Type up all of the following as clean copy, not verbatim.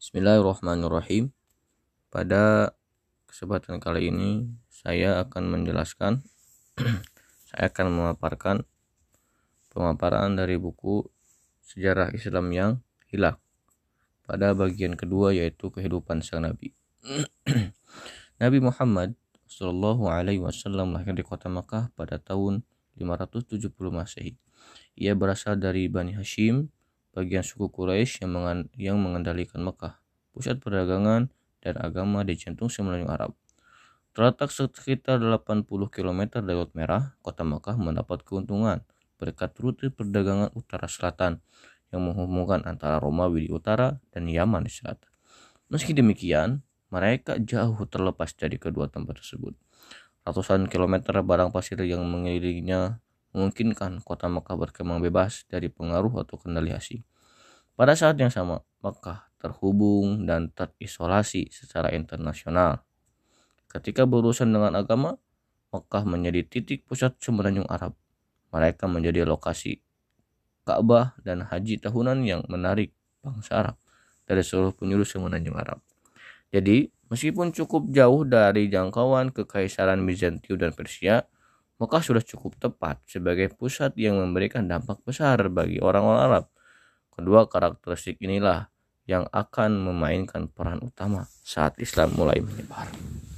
Bismillahirrahmanirrahim. Pada kesempatan kali ini saya akan menjelaskan saya akan memaparkan pemaparan dari buku Sejarah Islam yang Hilang pada bagian kedua, yaitu kehidupan sang nabi. Nabi Muhammad Shallallahu Alaihi Wasallam lahir di kota Makkah pada tahun 570 Masehi. Ia berasal dari Bani Hashim, bagian suku Quraisy yang mengendalikan Mekah, pusat perdagangan dan agama di jantung semenanjung Arab. Terletak sekitar 80 km dari Laut Merah, kota Mekah mendapat keuntungan berkat rute perdagangan utara-selatan yang menghubungkan antara Romawi di utara dan Yaman di selatan. Meski demikian, mereka jauh terlepas dari kedua tempat tersebut. Ratusan kilometer padang pasir yang mengelilinginya memungkinkan kota Mekah berkembang bebas dari pengaruh atau kendali asing. Pada saat yang sama, Mekah terhubung dan terisolasi secara internasional. Ketika berurusan dengan agama, Mekah menjadi titik pusat semenanjung Arab. Mereka menjadi lokasi Ka'bah dan haji tahunan yang menarik bangsa Arab dari seluruh penjuru semenanjung Arab. Jadi, meskipun cukup jauh dari jangkauan kekaisaran Bizantium dan Persia, Mekah sudah cukup tepat sebagai pusat yang memberikan dampak besar bagi orang-orang Arab. Kedua karakteristik inilah yang akan memainkan peran utama saat Islam mulai menyebar.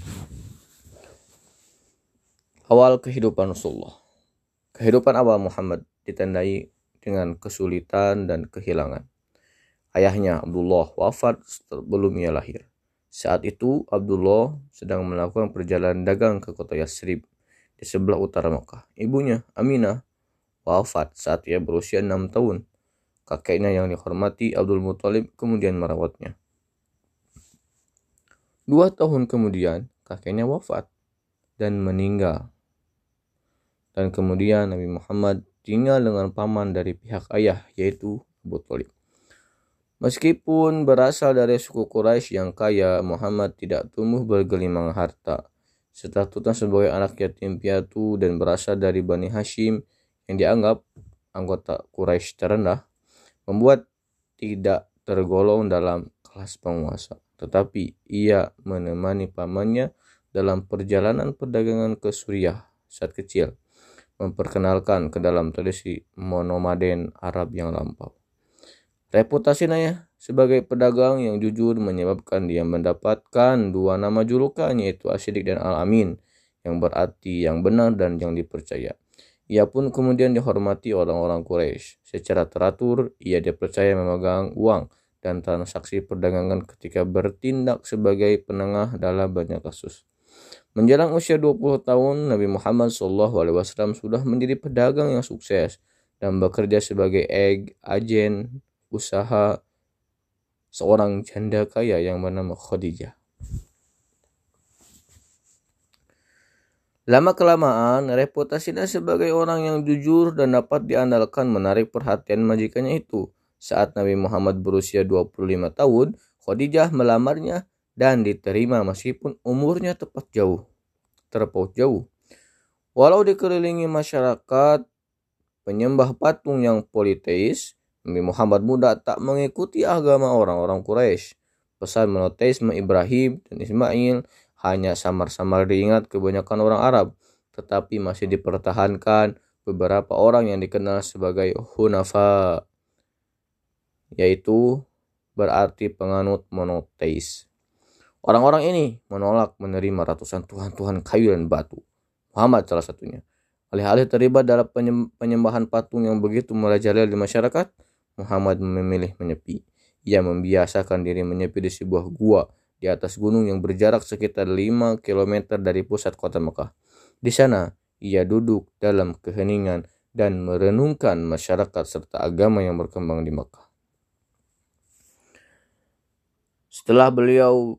Awal kehidupan Rasulullah. Kehidupan awal Muhammad ditandai dengan kesulitan dan kehilangan. Ayahnya Abdullah wafat sebelum ia lahir. Saat itu Abdullah sedang melakukan perjalanan dagang ke kota Yasrib di sebelah utara Makkah. Ibunya Aminah wafat saat ia berusia 6 tahun. Kakeknya yang dihormati Abdul Muthalib kemudian merawatnya. 2 tahun kemudian kakeknya wafat dan meninggal. Dan kemudian Nabi Muhammad tinggal dengan paman dari pihak ayah, yaitu Abu Thalib. Meskipun berasal dari suku Quraisy yang kaya, Muhammad tidak tumbuh bergelimang harta. Statusnya sebagai anak yatim piatu dan berasal dari Bani Hashim yang dianggap anggota Quraisy terendah, membuat tidak tergolong dalam kelas penguasa. Tetapi ia menemani pamannya dalam perjalanan perdagangan ke Suriah saat kecil, memperkenalkan ke dalam tradisi monomaden Arab yang lampau. Reputasi ayah sebagai pedagang yang jujur menyebabkan dia mendapatkan 2 nama julukan, yaitu As-Siddiq dan Al-Amin, yang berarti yang benar dan yang dipercaya. Ia pun kemudian dihormati orang-orang Quraisy. Secara teratur, ia dipercaya memegang uang dan transaksi perdagangan ketika bertindak sebagai penengah dalam banyak kasus. Menjelang usia 20 tahun, Nabi Muhammad SAW sudah menjadi pedagang yang sukses dan bekerja sebagai agen usaha seorang janda kaya yang bernama Khadijah. Lama-kelamaan, reputasinya sebagai orang yang jujur dan dapat diandalkan menarik perhatian majikannya itu. Saat Nabi Muhammad berusia 25 tahun, Khadijah melamarnya dan diterima meskipun umurnya terpaut jauh. Walau dikelilingi masyarakat penyembah patung yang politeis, Nabi Muhammad muda tak mengikuti agama orang-orang Quraisy. Pesan monoteisme Ibrahim dan Ismail hanya samar-samar diingat kebanyakan orang Arab, tetapi masih dipertahankan beberapa orang yang dikenal sebagai Hunafa, yaitu berarti penganut monoteis. Orang-orang ini menolak menerima ratusan tuhan-tuhan kayu dan batu. Muhammad salah satunya. Alih-alih terlibat dalam penyembahan patung yang begitu merajalela di masyarakat, Muhammad memilih menyepi. Ia membiasakan diri menyepi di sebuah gua di atas gunung yang berjarak sekitar 5 km dari pusat kota Mekah. Di sana, ia duduk dalam keheningan dan merenungkan masyarakat serta agama yang berkembang di Mekah. Setelah beliau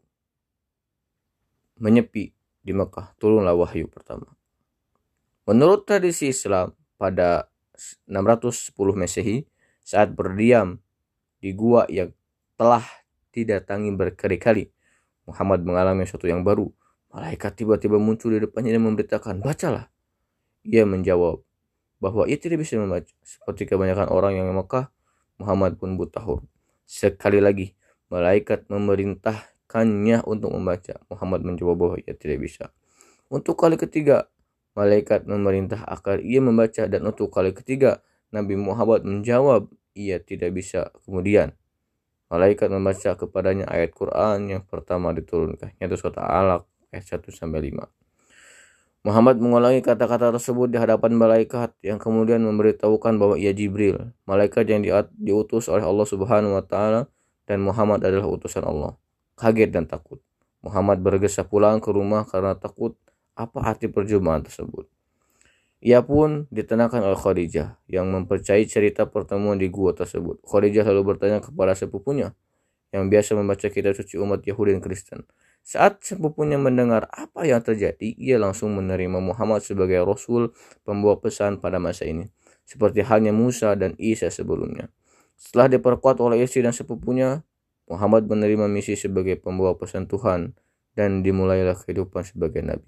menyepi di Mekah, turunlah wahyu pertama. Menurut tradisi Islam, pada 610 Masehi, saat berdiam di gua yang telah didatangi berkali-kali, Muhammad mengalami sesuatu yang baru. Malaikat tiba-tiba muncul di depannya dan memberitakan, "Bacalah." Ia menjawab bahwa ia tidak bisa membaca. Seperti kebanyakan orang yang di Mekah, Muhammad pun buta huruf. Sekali lagi, malaikat memerintahkannya untuk membaca. Muhammad menjawab bahwa ia tidak bisa. Untuk kali ketiga, malaikat memerintah agar ia membaca, dan untuk kali ketiga Nabi Muhammad menjawab ia tidak bisa. Kemudian malaikat membaca kepadanya ayat Quran yang pertama diturunkan, yaitu surat Al-Alaq ayat 1-5. Muhammad mengulangi kata-kata tersebut di hadapan malaikat yang kemudian memberitahukan bahwa ia Jibril, malaikat yang diutus oleh Allah Subhanahu wa taala, dan Muhammad adalah utusan Allah. Kaget dan takut, Muhammad bergegas pulang ke rumah karena takut apa arti perjumpaan tersebut. Ia pun ditenangkan oleh Khadijah yang mempercayai cerita pertemuan di gua tersebut. Khadijah lalu bertanya kepada sepupunya yang biasa membaca kitab suci umat Yahudi dan Kristen. Saat sepupunya mendengar apa yang terjadi, ia langsung menerima Muhammad sebagai Rasul pembawa pesan pada masa ini, seperti halnya Musa dan Isa sebelumnya. Setelah diperkuat oleh istri dan sepupunya, Muhammad menerima misi sebagai pembawa pesan Tuhan dan dimulailah kehidupan sebagai nabi.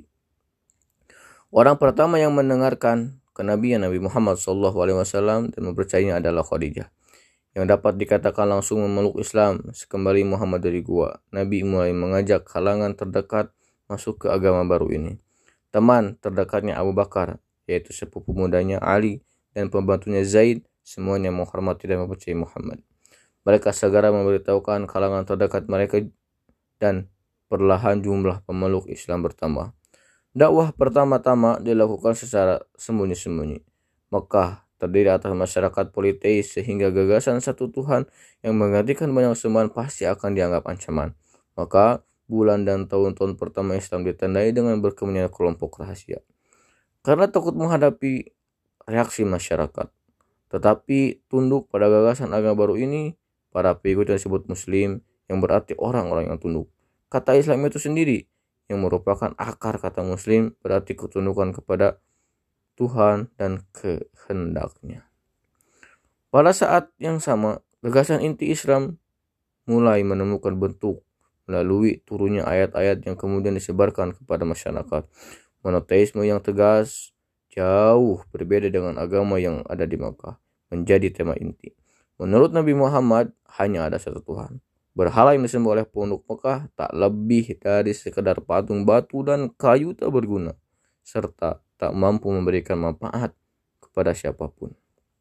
Orang pertama yang mendengarkan kenabian Nabi Muhammad SAW dan mempercayainya adalah Khadijah, yang dapat dikatakan langsung memeluk Islam. Sekembali Muhammad dari gua, Nabi mulai mengajak kalangan terdekat masuk ke agama baru ini. Teman terdekatnya Abu Bakar, yaitu sepupu mudanya Ali, dan pembantunya Zaid, semuanya menghormati dan mempercayai Muhammad. Mereka segera memberitahukan kalangan terdekat mereka, dan perlahan jumlah pemeluk Islam bertambah. Dakwah pertama-tama dilakukan secara sembunyi-sembunyi. Mekah terdiri atas masyarakat politeis, sehingga gagasan satu Tuhan yang menggantikan banyak sembahan pasti akan dianggap ancaman. Maka bulan dan tahun-tahun pertama Islam ditandai dengan berkembangnya kelompok rahasia karena takut menghadapi reaksi masyarakat, tetapi tunduk pada gagasan agama baru ini. Para pengikut yang disebut Muslim, yang berarti orang-orang yang tunduk. Kata Islam itu sendiri yang merupakan akar kata Muslim, berarti ketundukan kepada Tuhan dan kehendaknya. Pada saat yang sama, gagasan inti Islam mulai menemukan bentuk melalui turunnya ayat-ayat yang kemudian disebarkan kepada masyarakat. Monoteisme yang tegas, jauh berbeda dengan agama yang ada di Makkah, menjadi tema inti. Menurut Nabi Muhammad, hanya ada satu Tuhan. Berhala yang disembah oleh penduduk Mekah tak lebih dari sekedar patung batu dan kayu tak berguna, serta tak mampu memberikan manfaat kepada siapapun.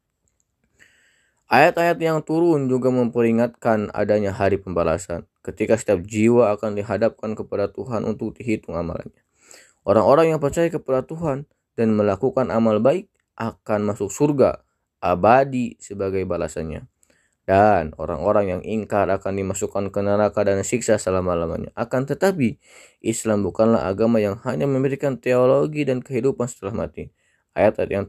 Ayat-ayat yang turun juga memperingatkan adanya hari pembalasan, ketika setiap jiwa akan dihadapkan kepada Tuhan untuk dihitung amalannya. Orang-orang yang percaya kepada Tuhan dan melakukan amal baik akan masuk surga abadi sebagai balasannya. Dan orang-orang yang ingkar akan dimasukkan ke neraka dan siksa selama-lamanya. Akan tetapi, Islam bukanlah agama yang hanya memberikan teologi dan kehidupan setelah mati. Ayat-ayat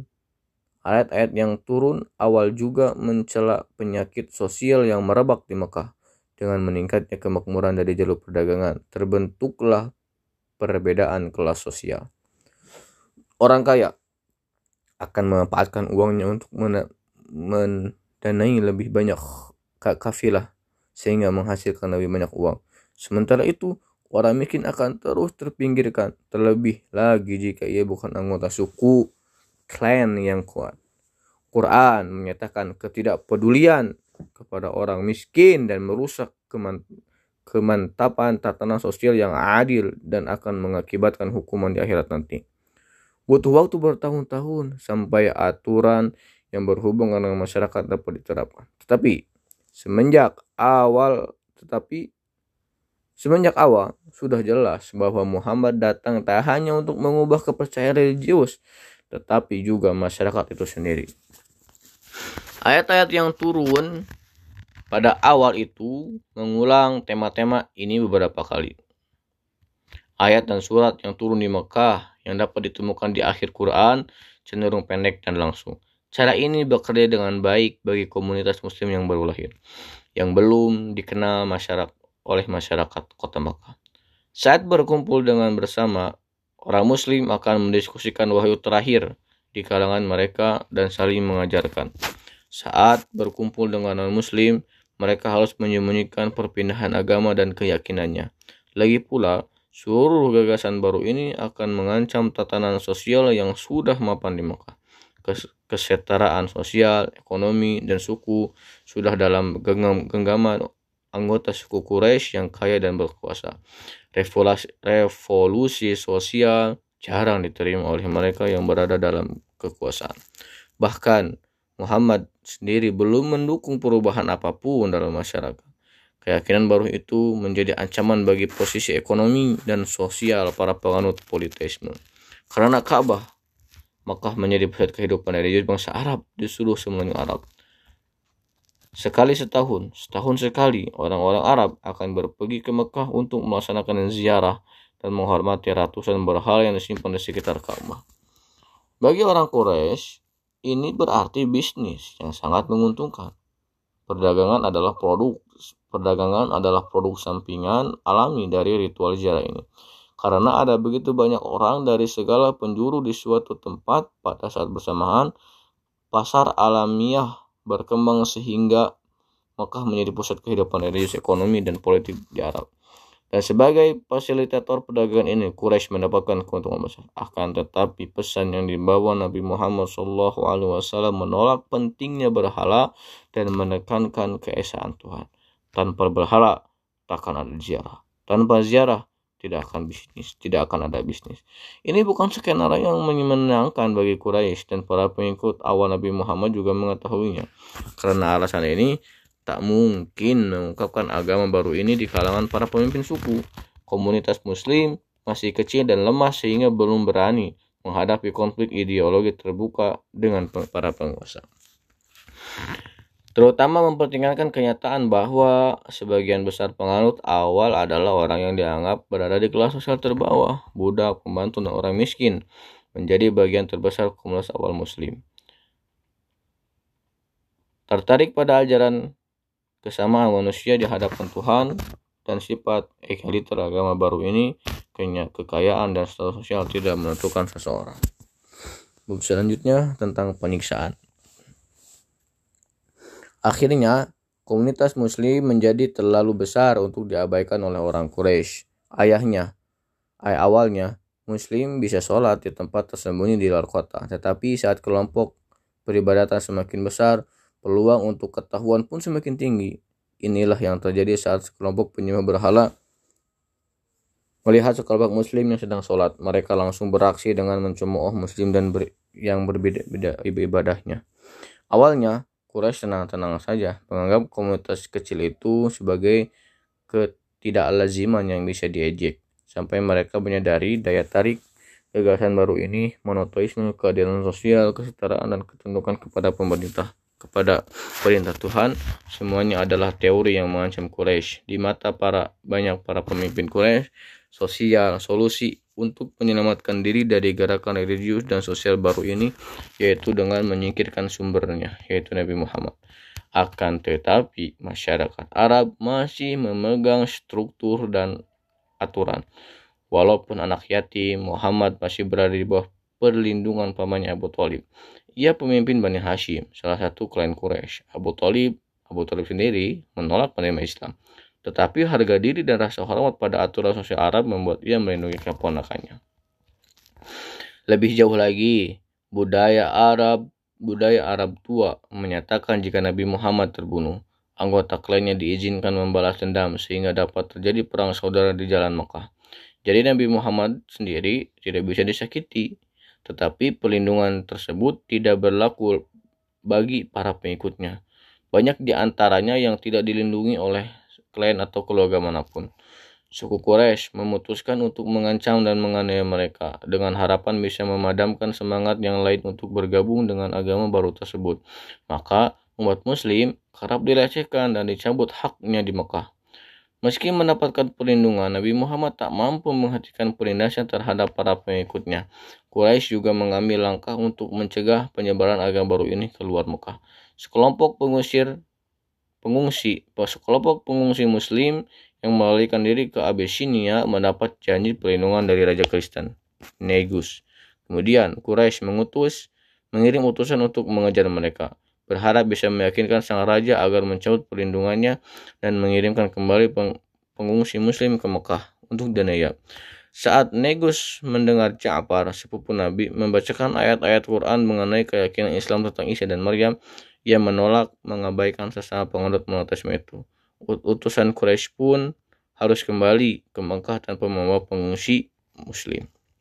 yang turun awal juga mencela penyakit sosial yang merebak di Mekah. Dengan meningkatnya kemakmuran dari jalur perdagangan, terbentuklah perbedaan kelas sosial. Orang kaya akan memanfaatkan uangnya untuk mendanai lebih banyak kafilah, sehingga menghasilkan lebih banyak uang. Sementara itu, orang miskin akan terus terpinggirkan, terlebih lagi jika ia bukan anggota suku klan yang kuat. Quran menyatakan ketidakpedulian kepada orang miskin dan merusak kemantapan tatanan sosial yang adil dan akan mengakibatkan hukuman di akhirat nanti. Butuh waktu bertahun-tahun sampai aturan yang berhubungan dengan masyarakat dapat diterapkan. Tetapi semenjak awal sudah jelas bahwa Muhammad datang tak hanya untuk mengubah kepercayaan religius, tetapi juga masyarakat itu sendiri. Ayat-ayat yang turun pada awal itu mengulang tema-tema ini beberapa kali. Ayat dan surat yang turun di Mekah yang dapat ditemukan di akhir Quran cenderung pendek dan langsung. Cara ini bekerja dengan baik bagi komunitas muslim yang baru lahir, yang belum dikenal oleh masyarakat kota Makkah. Saat berkumpul dengan bersama, orang muslim akan mendiskusikan wahyu terakhir di kalangan mereka dan saling mengajarkan. Saat berkumpul dengan non-muslim, mereka harus menyembunyikan perpindahan agama dan keyakinannya. Lagi pula, seluruh gagasan baru ini akan mengancam tatanan sosial yang sudah mapan di Mekah. Kesetaraan sosial, ekonomi, dan suku sudah dalam genggaman anggota suku Quraisy yang kaya dan berkuasa. Revolusi sosial jarang diterima oleh mereka yang berada dalam kekuasaan. Bahkan Muhammad sendiri belum mendukung perubahan apapun dalam masyarakat. Keyakinan baru itu menjadi ancaman bagi posisi ekonomi dan sosial para penganut politeisme. Karena Ka'bah, Makkah menjadi pusat kehidupan religius bangsa Arab di seluruh semenanjung Arab. Setahun sekali orang-orang Arab akan berpergi ke Mekah untuk melaksanakan ziarah dan menghormati ratusan berhala yang disimpan di sekitar Ka'bah. Bagi orang Quraisy, ini berarti bisnis yang sangat menguntungkan. Perdagangan adalah produk sampingan alami dari ritual ziarah ini. Karena ada begitu banyak orang dari segala penjuru di suatu tempat pada saat bersamaan, pasar alamiah berkembang sehingga Makkah menjadi pusat kehidupan religius, ekonomi, dan politik di Arab. Dan sebagai fasilitator perdagangan ini, Quraisy mendapatkan keuntungan besar. Akan tetapi pesan yang dibawa Nabi Muhammad SAW menolak pentingnya berhala dan menekankan keesaan Tuhan. Tanpa berhala, takkan ada ziarah. Tanpa ziarah, tidak akan ada bisnis. Ini bukan skenario yang menyenangkan bagi Quraisy, dan para pengikut awal Nabi Muhammad juga mengetahuinya. Karena alasan ini, tak mungkin mengungkapkan agama baru ini di kalangan para pemimpin suku. Komunitas Muslim masih kecil dan lemah sehingga belum berani menghadapi konflik ideologi terbuka dengan para penguasa. Terutama mempertinggalkan kenyataan bahwa sebagian besar penganut awal adalah orang yang dianggap berada di kelas sosial terbawah, budak, pembantu, dan orang miskin, menjadi bagian terbesar komunitas awal Muslim. Tertarik pada ajaran kesamaan manusia di hadapan Tuhan dan sifat egaliter agama baru ini, kekayaan dan status sosial tidak menentukan seseorang. Bab selanjutnya tentang penyiksaan. Akhirnya, komunitas Muslim menjadi terlalu besar untuk diabaikan oleh orang Quraisy. Awalnya, Muslim bisa sholat di tempat tersembunyi di luar kota, tetapi saat kelompok peribadatan semakin besar, peluang untuk ketahuan pun semakin tinggi. Inilah yang terjadi saat sekelompok penyembah berhala melihat sekelompok Muslim yang sedang sholat. Mereka langsung beraksi dengan mencemooh Muslim dan yang berbeda ibadahnya. Awalnya, Quraisy tenang-tenang saja, menganggap komunitas kecil itu sebagai ketidaklaziman yang bisa diejek, sampai mereka menyadari daya tarik gagasan baru ini, monoteisme, keadilan sosial, kesetaraan, dan ketundukan kepada perintah Tuhan, semuanya adalah teori yang mengancam Quraisy. Di mata banyak para pemimpin Quraisy, solusi untuk menyelamatkan diri dari gerakan religius dan sosial baru ini yaitu dengan menyingkirkan sumbernya, yaitu Nabi Muhammad. Akan tetapi masyarakat Arab masih memegang struktur dan aturan. Walaupun anak yatim, Muhammad masih berada di bawah perlindungan pamannya Abu Thalib. Ia pemimpin Bani Hashim, salah satu klan Quraisy. Abu Thalib sendiri menolak menerima Islam. Tetapi harga diri dan rasa hormat pada aturan sosial Arab membuat ia melindungi keponakannya. Lebih jauh lagi, budaya Arab tua menyatakan jika Nabi Muhammad terbunuh, anggota klannya diizinkan membalas dendam sehingga dapat terjadi perang saudara di jalan Mekah. Jadi Nabi Muhammad sendiri tidak bisa disakiti, tetapi perlindungan tersebut tidak berlaku bagi para pengikutnya. Banyak di antaranya yang tidak dilindungi oleh klan atau keluarga manapun. Suku Quraisy memutuskan untuk mengancam dan menganiaya mereka dengan harapan bisa memadamkan semangat yang lain untuk bergabung dengan agama baru tersebut. Maka umat Muslim kerap dilecehkan dan dicabut haknya di Mekah. Meski mendapatkan perlindungan, Nabi Muhammad tak mampu menghentikan penindasan terhadap para pengikutnya. Quraisy juga mengambil langkah untuk mencegah penyebaran agama baru ini keluar Mekah. Sekelompok pengungsi Muslim yang melarikan diri ke Abyssinia mendapat janji perlindungan dari Raja Kristen, Negus. Kemudian Quraisy mengirim utusan untuk mengejar mereka, berharap bisa meyakinkan sang raja agar mencabut perlindungannya dan mengirimkan kembali pengungsi Muslim ke Mekah untuk deniaya. Saat Negus mendengar Ja'far, sepupu Nabi, membacakan ayat-ayat Quran mengenai keyakinan Islam tentang Isa dan Maryam, ia menolak mengabaikan sesama penganut monoteisme itu. Utusan Quraisy pun harus kembali ke Mekah tanpa membawa pengungsi muslim.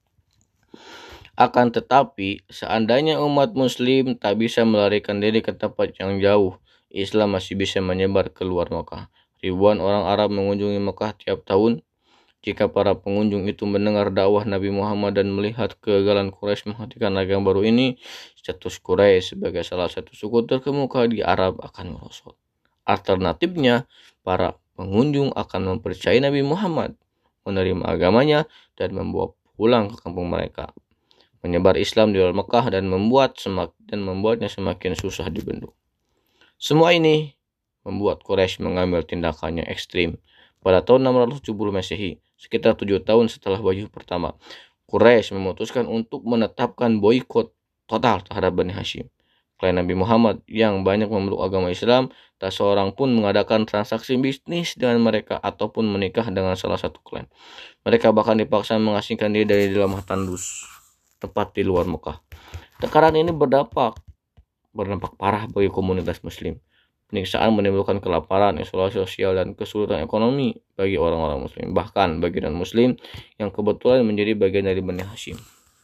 Akan tetapi, seandainya umat muslim tak bisa melarikan diri ke tempat yang jauh, Islam masih bisa menyebar keluar Mekah. Ribuan orang Arab mengunjungi Mekah tiap tahun. Jika para pengunjung itu mendengar dakwah Nabi Muhammad dan melihat kegagalan Quraisy menghentikan agama baru ini, status Quraisy sebagai salah satu suku terkemuka di Arab akan merosot. Alternatifnya, para pengunjung akan mempercayai Nabi Muhammad, menerima agamanya, dan membawa pulang ke kampung mereka. Menyebar Islam di luar Mekah dan membuatnya semakin susah dibendung. Semua ini membuat Quraisy mengambil tindakan yang ekstrim. Pada tahun 670 Masehi, sekitar 7 tahun setelah wahyu pertama, Quraisy memutuskan untuk menetapkan boikot total terhadap Bani Hashim. Klien Nabi Muhammad yang banyak memeluk agama Islam, tak seorang pun mengadakan transaksi bisnis dengan mereka ataupun menikah dengan salah satu klien. Mereka bahkan dipaksa mengasingkan diri dari dalam tandus, tepat di luar Mekah. Tekanan ini berdampak parah bagi komunitas muslim. Penyiksaan menimbulkan kelaparan, isolasi sosial, dan kesulitan ekonomi bagi orang-orang muslim. Bahkan bagi non-muslim yang kebetulan menjadi bagian dari Bani Hashim.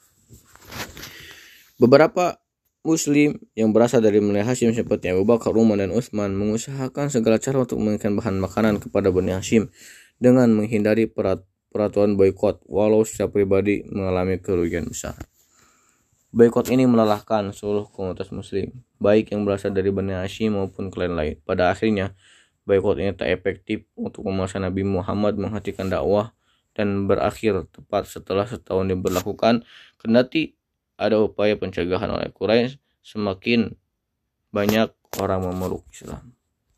Beberapa muslim yang berasal dari Bani Hashim seperti Abu Bakar, Umar, dan Utsman mengusahakan segala cara untuk memberikan bahan makanan kepada Bani Hashim dengan menghindari peraturan boikot, walau secara pribadi mengalami kerugian besar. Boikot ini melelahkan seluruh komunitas muslim, baik yang berasal dari Bani Hashim maupun klan lain. Pada akhirnya, boikot ini tak efektif untuk memaksa Nabi Muhammad menghentikan dakwah dan berakhir tepat setelah setahun diberlakukan. Kendati ada upaya pencegahan oleh Quraisy, semakin banyak orang memeluk Islam.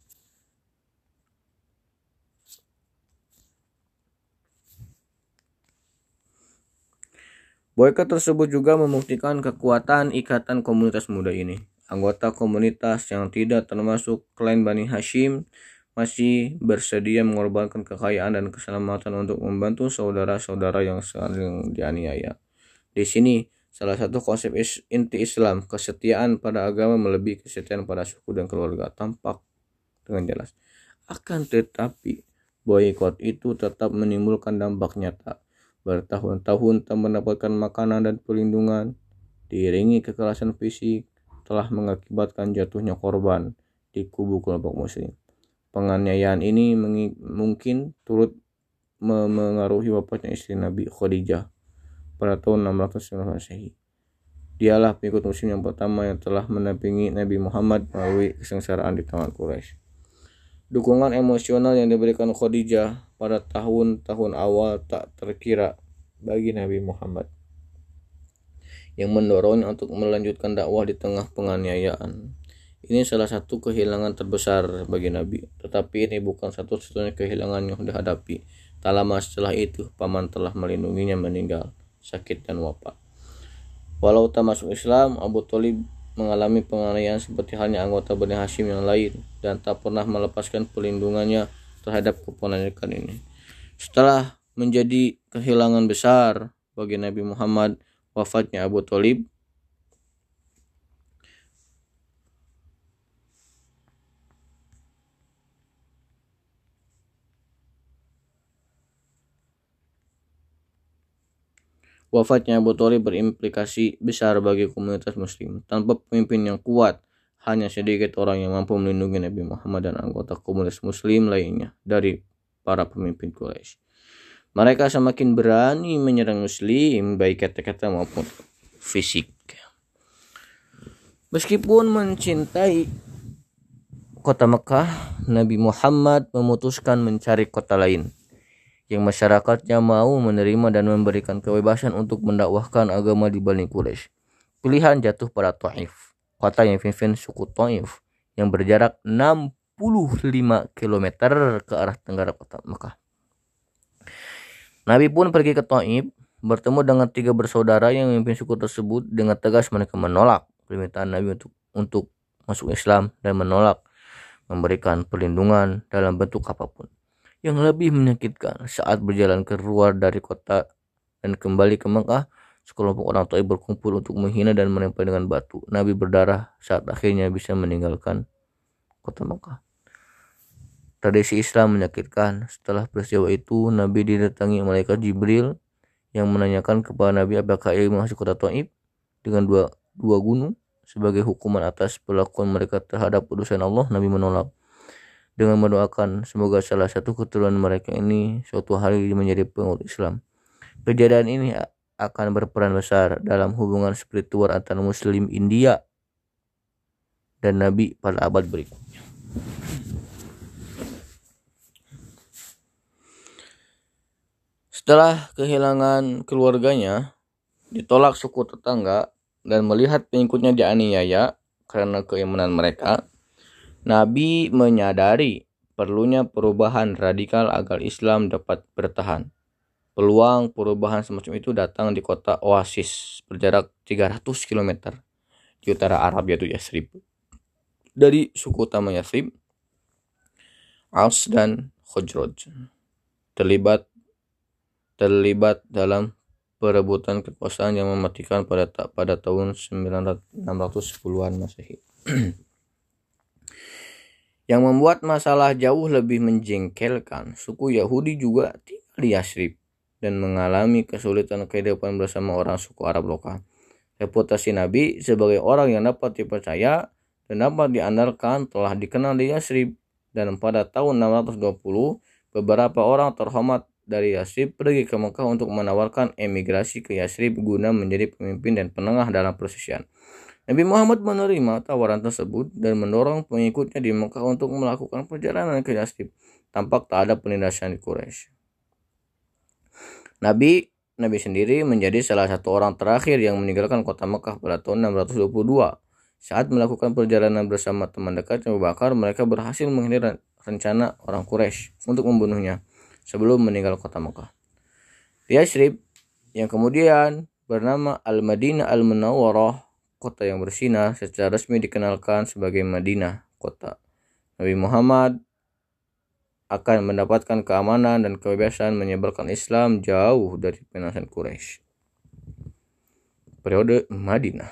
Boikot tersebut juga membuktikan kekuatan ikatan komunitas muda ini. Anggota komunitas yang tidak termasuk klan Bani Hashim masih bersedia mengorbankan kekayaan dan keselamatan untuk membantu saudara-saudara yang saling dianiaya. Di sini, salah satu konsep inti Islam, kesetiaan pada agama melebihi kesetiaan pada suku dan keluarga, tampak dengan jelas. Akan tetapi, boikot itu tetap menimbulkan dampak nyata. Bertahun-tahun tak mendapatkan makanan dan perlindungan, diiringi kekerasan fisik, telah mengakibatkan jatuhnya korban di kubu kelompok muslim. Penganiayaan ini mungkin turut mengaruhi wafatnya istri Nabi Khadijah pada tahun 609 Masehi. Dialah pengikut muslim yang pertama yang telah mendampingi Nabi Muhammad melalui kesengsaraan di tangan Quraisy. Dukungan emosional yang diberikan Khadijah pada tahun-tahun awal tak terkira bagi Nabi Muhammad, yang mendorongnya untuk melanjutkan dakwah di tengah penganiayaan. Ini salah satu kehilangan terbesar bagi Nabi, tetapi ini bukan satu-satunya kehilangan yang dihadapi. Tak lama setelah itu, paman telah melindunginya meninggal, sakit dan wafat. Walau tak masuk Islam, Abu Thalib mengalami penganiayaan seperti halnya anggota Bani Hashim yang lain dan tak pernah melepaskan perlindungannya terhadap keponakan ini. Setelah menjadi kehilangan besar bagi Nabi Muhammad, wafatnya Abu Thalib, berimplikasi besar bagi komunitas muslim. Tanpa pemimpin yang kuat, hanya sedikit orang yang mampu melindungi Nabi Muhammad dan anggota komunitas muslim lainnya dari para pemimpin Quraisy. Mereka semakin berani menyerang muslim, baik kata-kata maupun fisik. Meskipun mencintai kota Mekah, Nabi Muhammad memutuskan mencari kota lain yang masyarakatnya mau menerima dan memberikan kebebasan untuk mendakwahkan agama di Bani Quraisy. Pilihan jatuh pada Taif, kota yang dipimpin suku Taif yang berjarak 65 km ke arah tenggara kota Mekah. Nabi pun pergi ke Taif, bertemu dengan 3 bersaudara yang memimpin suku tersebut. Dengan tegas mereka menolak permintaan Nabi untuk masuk Islam dan menolak memberikan perlindungan dalam bentuk apapun. Yang lebih menyakitkan, saat berjalan keluar dari kota dan kembali ke Mekah, sekelompok orang Taif berkumpul untuk menghina dan menempel dengan batu. Nabi berdarah saat akhirnya bisa meninggalkan kota Mekah. Tradisi Islam menyakitkan. Setelah peristiwa itu, Nabi didatangi malaikat Jibril yang menanyakan kepada Nabi apakah ia masuk kota Taif dengan dua gunung sebagai hukuman atas perlakuan mereka terhadap utusan Allah. Nabi menolak dengan mendoakan semoga salah satu keturunan mereka ini suatu hari menjadi pengikut Islam. Kejadian ini akan berperan besar dalam hubungan spiritual antara Muslim India dan Nabi pada abad berikutnya. Setelah kehilangan keluarganya, ditolak suku tetangga, dan melihat pengikutnya dianiaya karena keimanan mereka, Nabi menyadari perlunya perubahan radikal agar Islam dapat bertahan. Peluang perubahan semacam itu datang di kota Oasis berjarak 300 km di utara Arab, yaitu Yathrib. Dari suku utama Yathrib, Aus dan Khazraj terlibat dalam perebutan kekuasaan yang mematikan pada tahun 610-an Masehi. Yang membuat masalah jauh lebih menjengkelkan, suku Yahudi juga tinggal di Yathrib dan mengalami kesulitan kehidupan bersama orang suku Arab lokal. Reputasi Nabi sebagai orang yang dapat dipercaya dan dapat diandalkan telah dikenal di Yathrib, dan pada tahun 620 beberapa orang terhormat dari Yathrib pergi ke Mekah untuk menawarkan emigrasi ke Yathrib guna menjadi pemimpin dan penengah dalam persisian. Nabi Muhammad menerima tawaran tersebut dan mendorong pengikutnya di Mekah untuk melakukan perjalanan ke Yathrib. Tampak tak ada penindasan di Quraisy. Nabi sendiri menjadi salah satu orang terakhir yang meninggalkan kota Mekah pada tahun 622. Saat melakukan perjalanan bersama teman dekat Abu Bakar, mereka berhasil menghindar rencana orang Quraisy untuk membunuhnya sebelum meninggal kota Mekah. Di Yathrib yang kemudian bernama Al-Madinah Al-Munawwarah, kota yang bersinar, secara resmi dikenalkan sebagai Madinah, kota Nabi Muhammad akan mendapatkan keamanan dan kebebasan menyebarkan Islam jauh dari penindasan Quraisy. Periode Madinah.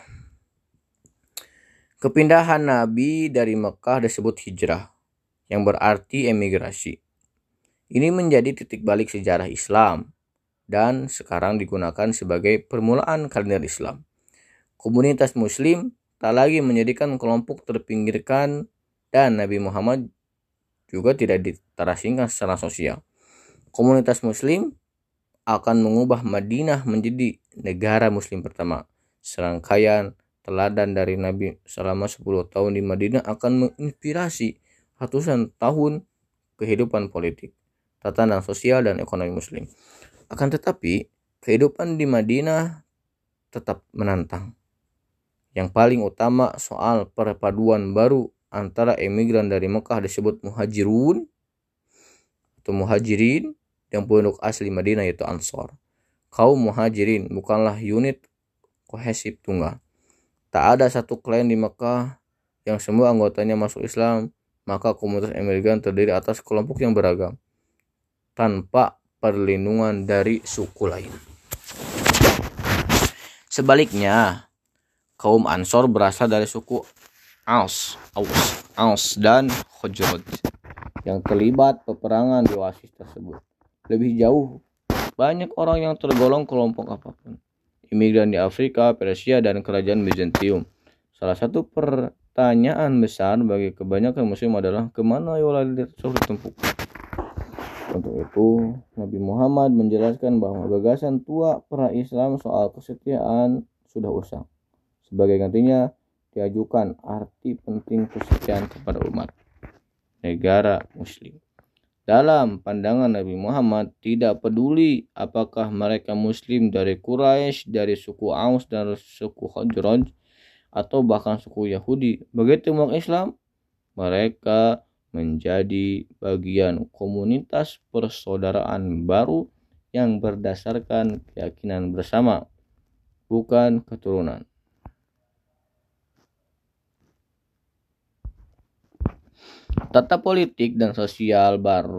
Kepindahan Nabi dari Mekah disebut hijrah, yang berarti emigrasi. Ini menjadi titik balik sejarah Islam dan sekarang digunakan sebagai permulaan kalender Islam. Komunitas Muslim tak lagi menjadikan kelompok terpinggirkan dan Nabi Muhammad juga tidak terasingkan secara sosial. Komunitas Muslim akan mengubah Madinah menjadi negara Muslim pertama. Serangkaian teladan dari Nabi selama 10 tahun di Madinah akan menginspirasi ratusan tahun kehidupan politik, tatanan sosial, dan ekonomi Muslim. Akan tetapi, kehidupan di Madinah tetap menantang. Yang paling utama soal perpaduan baru antara emigran dari Mekah disebut muhajirun atau muhajirin, yang penduduk asli Madinah yaitu Ansor. Kaum muhajirin bukanlah unit kohesif tunggal. Tak ada satu klan di Mekah yang semua anggotanya masuk Islam, maka komunitas emigran terdiri atas kelompok yang beragam tanpa perlindungan dari suku lain. Sebaliknya, kaum Ansor berasal dari suku Aus dan Khazraj yang terlibat peperangan di Oasis tersebut. Lebih jauh, banyak orang yang tergolong kelompok apapun, imigran di Afrika, Persia, dan kerajaan Bizantium. Salah satu pertanyaan besar bagi kebanyakan Muslim adalah kemana loyalitas ditempuh. Untuk itu, Nabi Muhammad menjelaskan bahwa gagasan tua pra-Islam soal kesetiaan sudah usang. Sebagai gantinya, diajukan arti penting kesetiaan kepada umat negara Muslim. Dalam pandangan Nabi Muhammad, tidak peduli apakah mereka Muslim dari Quraisy, dari suku Aus dan suku Khazraj, atau bahkan suku Yahudi. Begitu masuk Islam, mereka menjadi bagian komunitas persaudaraan baru yang berdasarkan keyakinan bersama, bukan keturunan. Tata politik dan sosial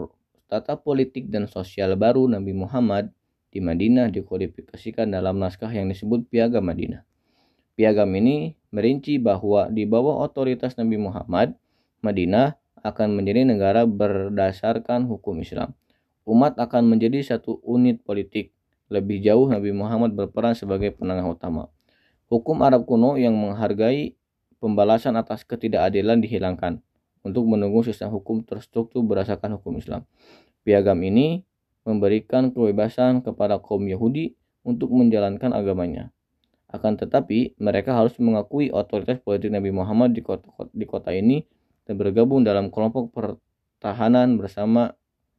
baru Nabi Muhammad di Madinah dikodifikasikan dalam naskah yang disebut Piagam Madinah. Piagam ini merinci bahwa di bawah otoritas Nabi Muhammad, Madinah akan menjadi negara berdasarkan hukum Islam. Umat akan menjadi satu unit politik. Lebih jauh, Nabi Muhammad berperan sebagai penengah utama. Hukum Arab kuno yang menghargai pembalasan atas ketidakadilan dihilangkan untuk menunggu sistem hukum terstruktur berdasarkan hukum Islam. Piagam ini memberikan kebebasan kepada kaum Yahudi untuk menjalankan agamanya. Akan tetapi, mereka harus mengakui otoritas politik Nabi Muhammad di kota ini dan bergabung dalam kelompok pertahanan bersama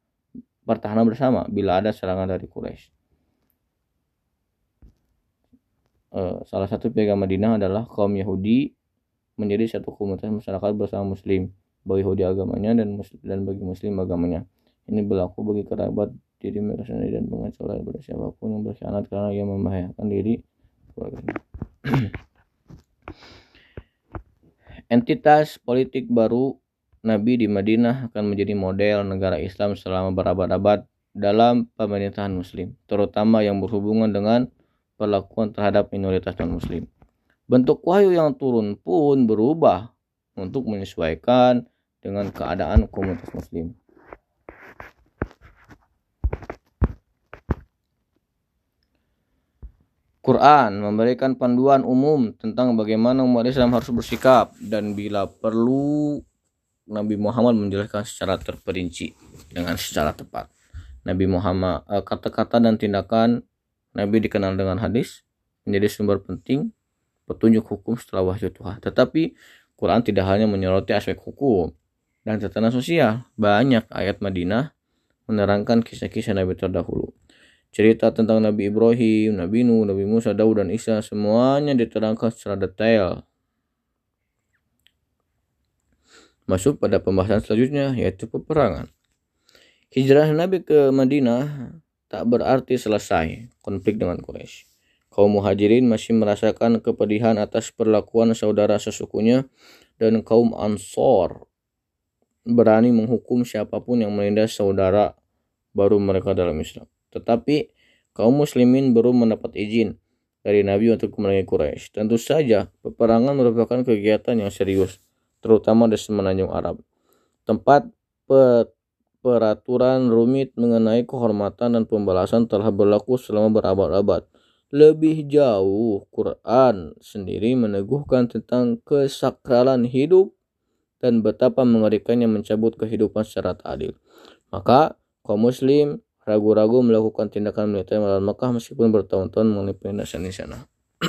bila ada serangan dari Quraisy. Salah satu piagam Madinah adalah kaum Yahudi menjadi satu komunitas masyarakat bersama Muslim, bagi Yahudi agamanya dan bagi Muslim agamanya. Ini berlaku bagi kerabat diri mereka sendiri dan pengacau lain pada siapapun yang berkhianat karena ia membahayakan diri keluarganya. Entitas politik baru Nabi di Madinah akan menjadi model negara Islam selama berabad-abad dalam pemerintahan Muslim, terutama yang berhubungan dengan perlakuan terhadap minoritas non-Muslim. Bentuk wahyu yang turun pun berubah untuk menyesuaikan dengan keadaan komunitas Muslim. Quran memberikan panduan umum tentang bagaimana umat Islam harus bersikap, dan bila perlu Nabi Muhammad menjelaskan secara terperinci dengan secara tepat. Nabi Muhammad kata-kata dan tindakan Nabi dikenal dengan hadis menjadi sumber penting petunjuk hukum setelah wahyu Tuhan. Tetapi Quran tidak hanya menyoroti aspek hukum dan tatanan sosial. Banyak ayat Madinah menerangkan kisah-kisah Nabi terdahulu. Cerita tentang Nabi Ibrahim, Nabi Nuh, Nabi Musa, Daud, dan Isa semuanya diterangkan secara detail. Masuk pada pembahasan selanjutnya, yaitu peperangan. Hijrah Nabi ke Madinah tak berarti selesai konflik dengan Quraisy. Kaum Muhajirin masih merasakan kepedihan atas perlakuan saudara sesukunya, dan kaum Ansor berani menghukum siapapun yang menindas saudara baru mereka dalam Islam. Tetapi kaum muslimin belum mendapat izin dari Nabi untuk memerangi Quraisy. Tentu saja peperangan merupakan kegiatan yang serius, terutama di semenanjung Arab. Tempat peraturan rumit mengenai kehormatan dan pembalasan telah berlaku selama berabad-abad. Lebih jauh, Quran sendiri meneguhkan tentang kesakralan hidup dan betapa mengerikannya mencabut kehidupan secara tak adil. Maka kaum muslim ragu-ragu melakukan tindakan militer melawan Makkah meskipun bertahun-tahun mengalami penindasan di sana.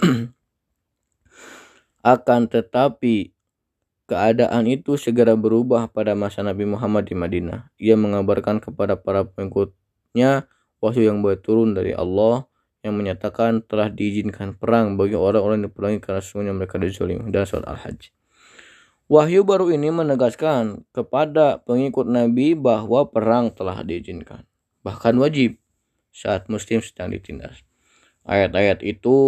Akan tetapi keadaan itu segera berubah pada masa Nabi Muhammad di Madinah. Ia mengabarkan kepada para pengikutnya wahyu yang baru turun dari Allah yang menyatakan telah diizinkan perang bagi orang-orang yang diperangi karena sesungguhnya mereka dizalimi, dalam surat Al-Hajj. Wahyu baru ini menegaskan kepada pengikut Nabi bahwa perang telah diizinkan, bahkan wajib saat muslim sedang ditindas. Ayat-ayat itu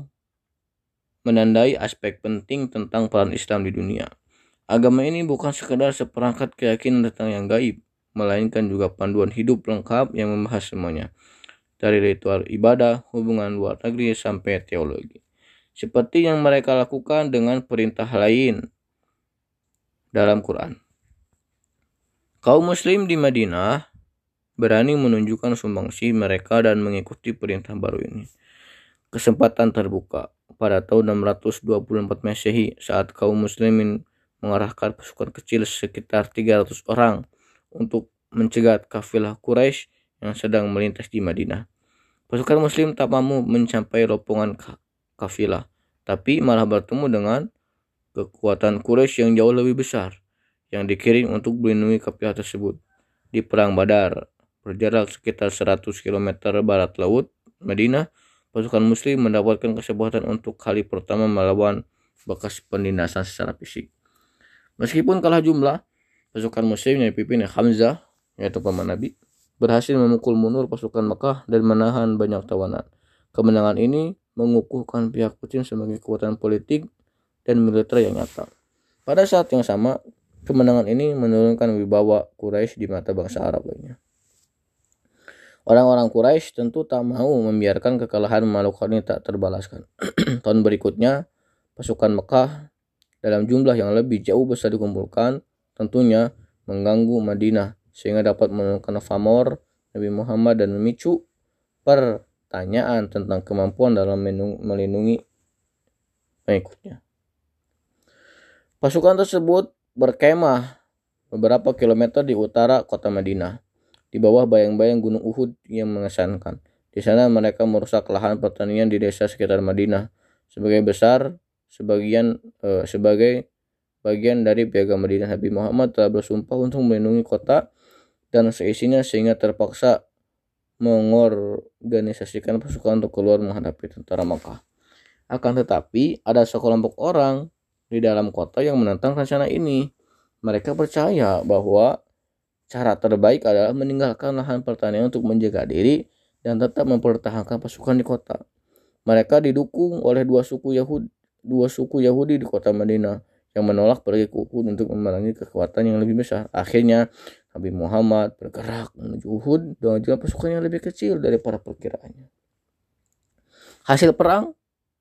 menandai aspek penting tentang peran Islam di dunia. Agama ini bukan sekedar seperangkat keyakinan tentang yang gaib, melainkan juga panduan hidup lengkap yang membahas semuanya, dari ritual ibadah, hubungan luar negeri, sampai teologi. Seperti yang mereka lakukan dengan perintah lain dalam Quran. Kaum muslim di Madinah berani menunjukkan sumbangsi mereka dan mengikuti perintah baru ini. Kesempatan terbuka pada tahun 624 Masehi saat kaum muslimin mengarahkan pasukan kecil sekitar 300 orang untuk mencegat kafilah Quraisy yang sedang melintas di Madinah. Pasukan muslim tak mampu mencapai rombongan kafilah, tapi malah bertemu dengan kekuatan Quraisy yang jauh lebih besar yang dikirim untuk melindungi kafilah tersebut. Di Perang Badar, berjarak sekitar 100 km barat laut Madinah, pasukan muslim mendapatkan kesempatan untuk kali pertama melawan bekas penindasan secara fisik. Meskipun kalah jumlah, pasukan muslim yang dipimpin Hamzah, yaitu paman Nabi, berhasil memukul mundur pasukan Makkah dan menahan banyak tawanan. Kemenangan ini mengukuhkan pihak muslim sebagai kekuatan politik dan militer yang nyata. Pada saat yang sama, kemenangan ini menurunkan wibawa Quraisy di mata bangsa Arab lainnya. Orang-orang Quraisy tentu tak mau membiarkan kekalahan memalukan ini tak terbalaskan. Tahun berikutnya, pasukan Mekah dalam jumlah yang lebih jauh besar dikumpulkan, tentunya mengganggu Madinah sehingga dapat menemukan pamor Nabi Muhammad dan memicu pertanyaan tentang kemampuan dalam melindungi pengikutnya. Pasukan tersebut berkemah beberapa kilometer di utara kota Madinah, di bawah bayang-bayang gunung Uhud yang mengesankan. Di sana mereka merusak lahan pertanian di desa sekitar Madinah sebagai bagian dari piagam Madinah. Nabi Muhammad telah bersumpah untuk melindungi kota dan seisinya sehingga terpaksa mengorganisasikan pasukan untuk keluar menghadapi tentara Makkah. Akan tetapi ada sekelompok orang di dalam kota yang menentang rencana ini. Mereka percaya bahwa cara terbaik adalah meninggalkan lahan pertanian untuk menjaga diri dan tetap mempertahankan pasukan di kota. Mereka didukung oleh dua suku Yahudi di kota Madinah yang menolak pergi ke Uhud untuk memerangi kekuatan yang lebih besar. Akhirnya Nabi Muhammad bergerak menuju Uhud dengan jumlah pasukan yang lebih kecil daripada perkiraannya. Hasil perang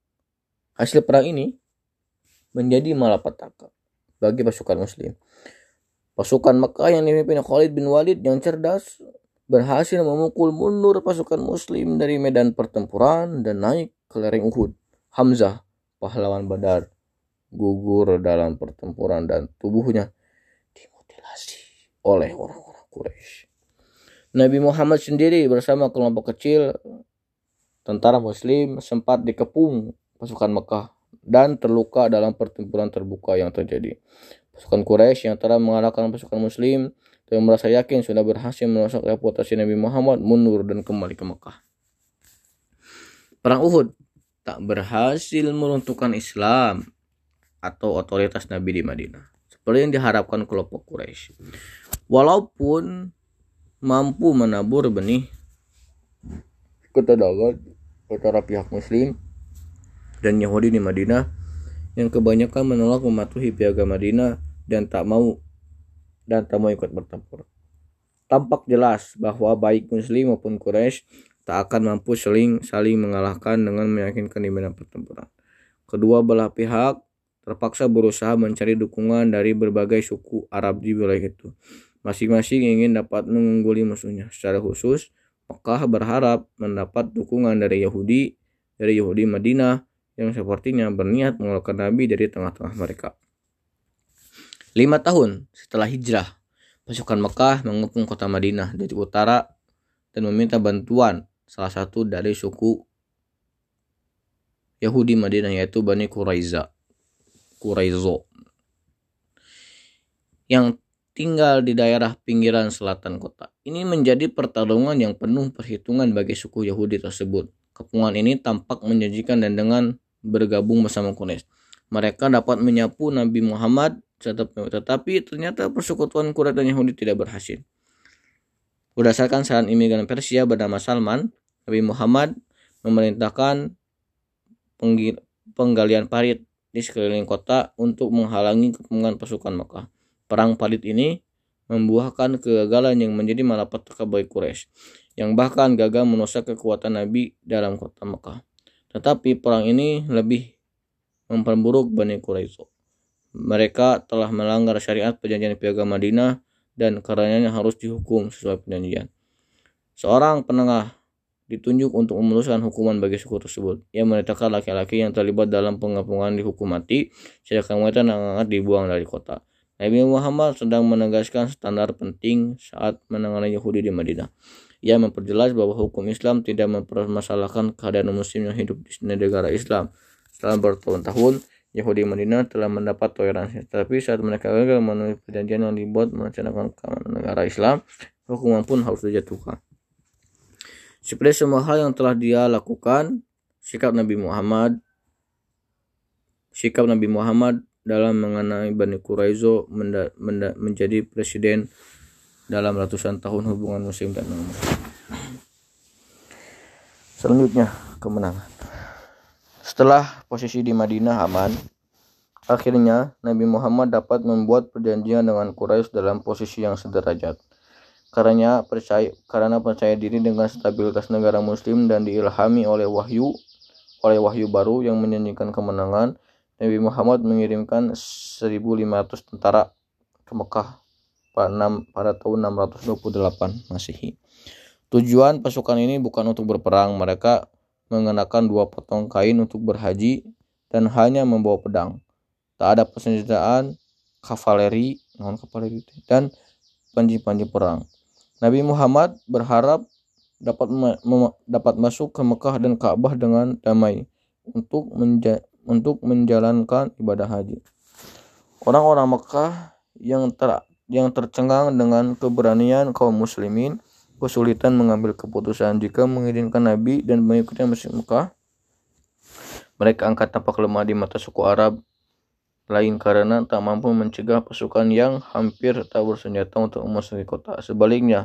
ini menjadi malapetaka bagi pasukan Muslim. Pasukan Mekah yang dipimpin Khalid bin Walid yang cerdas berhasil memukul mundur pasukan Muslim dari medan pertempuran dan naik ke lereng Uhud. Hamzah, pahlawan Badar, gugur dalam pertempuran dan tubuhnya dimutilasi oleh orang-orang Quraisy. Nabi Muhammad sendiri bersama kelompok kecil tentara Muslim sempat dikepung pasukan Mekah dan terluka dalam pertempuran terbuka yang terjadi. Pasukan Quraisy yang telah mengalahkan pasukan Muslim dan merasa yakin sudah berhasil merusak reputasi Nabi Muhammad mundur dan kembali ke Mekah. Perang Uhud tak berhasil meruntuhkan Islam atau otoritas Nabi di Madinah seperti yang diharapkan kelompok Quraisy. Walaupun mampu menabur benih ketegangan antara pihak Muslim dan Yahudi di Madinah yang kebanyakan menolak mematuhi piagam Madinah dan tak mau ikut bertempur. Tampak jelas bahwa baik Muslim maupun Quraisy tak akan mampu saling mengalahkan dengan meyakinkan di medan pertempuran. Kedua belah pihak terpaksa berusaha mencari dukungan dari berbagai suku Arab di wilayah itu. Masing-masing ingin dapat mengungguli musuhnya. Secara khusus, Mekah berharap mendapat dukungan dari Yahudi Madinah yang sepertinya berniat mengeluarkan Nabi dari tengah-tengah mereka. 5 tahun setelah hijrah, pasukan Mekah mengepung kota Madinah dari utara dan meminta bantuan salah satu dari suku Yahudi Madinah yaitu Bani Quraizo yang tinggal di daerah pinggiran selatan kota. Ini menjadi pertarungan yang penuh perhitungan bagi suku Yahudi tersebut. Kepungan ini tampak menjanjikan dan dengan bergabung bersama Quraisy, mereka dapat menyapu Nabi Muhammad, tetapi ternyata persekutuan Quraisy dan Yahudi tidak berhasil. Berdasarkan saran imigran Persia bernama Salman, Nabi Muhammad memerintahkan penggalian parit di sekeliling kota untuk menghalangi kepungan pasukan Mekah. Perang parit ini membuahkan kegagalan yang menjadi malapetaka bagi Quraisy, yang bahkan gagal merusak kekuatan Nabi dalam kota Mekah. Tetapi perang ini lebih memperburuk Bani Quraizo. Mereka telah melanggar syariat perjanjian piagam Madinah dan karenanya harus dihukum sesuai perjanjian. Seorang penengah ditunjuk untuk memutuskan hukuman bagi suku tersebut. Ia memerintahkan laki-laki yang terlibat dalam pengepungan dihukum mati, sedangkan wanita yang dibuang dari kota. Nabi Muhammad sedang menegaskan standar penting saat menangani Yahudi di Madinah. Ia memperjelas bahwa hukum Islam tidak mempermasalahkan keadaan muslim yang hidup di negara Islam. Setelah bertahun-tahun, Yahudi Madinah telah mendapat toleransi. Tapi saat mereka gagal memenuhi perjanjian yang dibuat merencanakan keamanan negara Islam, hukuman pun harus dijatuhkan. Seperti semua hal yang telah dia lakukan, sikap Nabi Muhammad dalam mengenai Bani Quraizo menjadi presiden dalam ratusan tahun hubungan muslim dan non-muslim. Selanjutnya, kemenangan. Setelah posisi di Madinah aman, akhirnya Nabi Muhammad dapat membuat perjanjian dengan Quraisy dalam posisi yang sederajat. Karena percaya diri dengan stabilitas negara muslim dan diilhami oleh wahyu baru yang menjanjikan kemenangan, Nabi Muhammad mengirimkan 1.500 tentara ke Mekah pada tahun 628 Masehi. Tujuan pasukan ini bukan untuk berperang, mereka mengenakan 2 potong kain untuk berhaji dan hanya membawa pedang. Tak ada persenjataan, kavaleri, dan panji-panji perang. Nabi Muhammad berharap dapat masuk ke Mekah dan Ka'bah dengan damai untuk menjalankan ibadah haji. Orang-orang Mekah yang tercengang dengan keberanian kaum muslimin kesulitan mengambil keputusan. Jika mengizinkan Nabi dan mengikutnya masuk Mekah, mereka angkat tampak lemah di mata suku Arab lain karena tak mampu mencegah pasukan yang hampir tak bersenjata untuk memasuki kota. Sebaliknya,